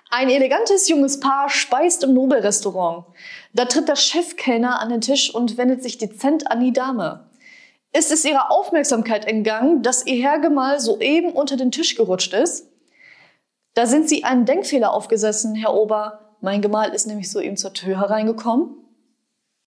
Ein elegantes junges Paar speist im Nobelrestaurant. Da tritt der Chefkellner an den Tisch und wendet sich dezent an die Dame. Ist es ihrer Aufmerksamkeit entgangen, dass ihr Herrgemahl soeben unter den Tisch gerutscht ist? Da sind Sie einen Denkfehler aufgesessen, Herr Ober. Mein Gemahl ist nämlich soeben zur Tür hereingekommen.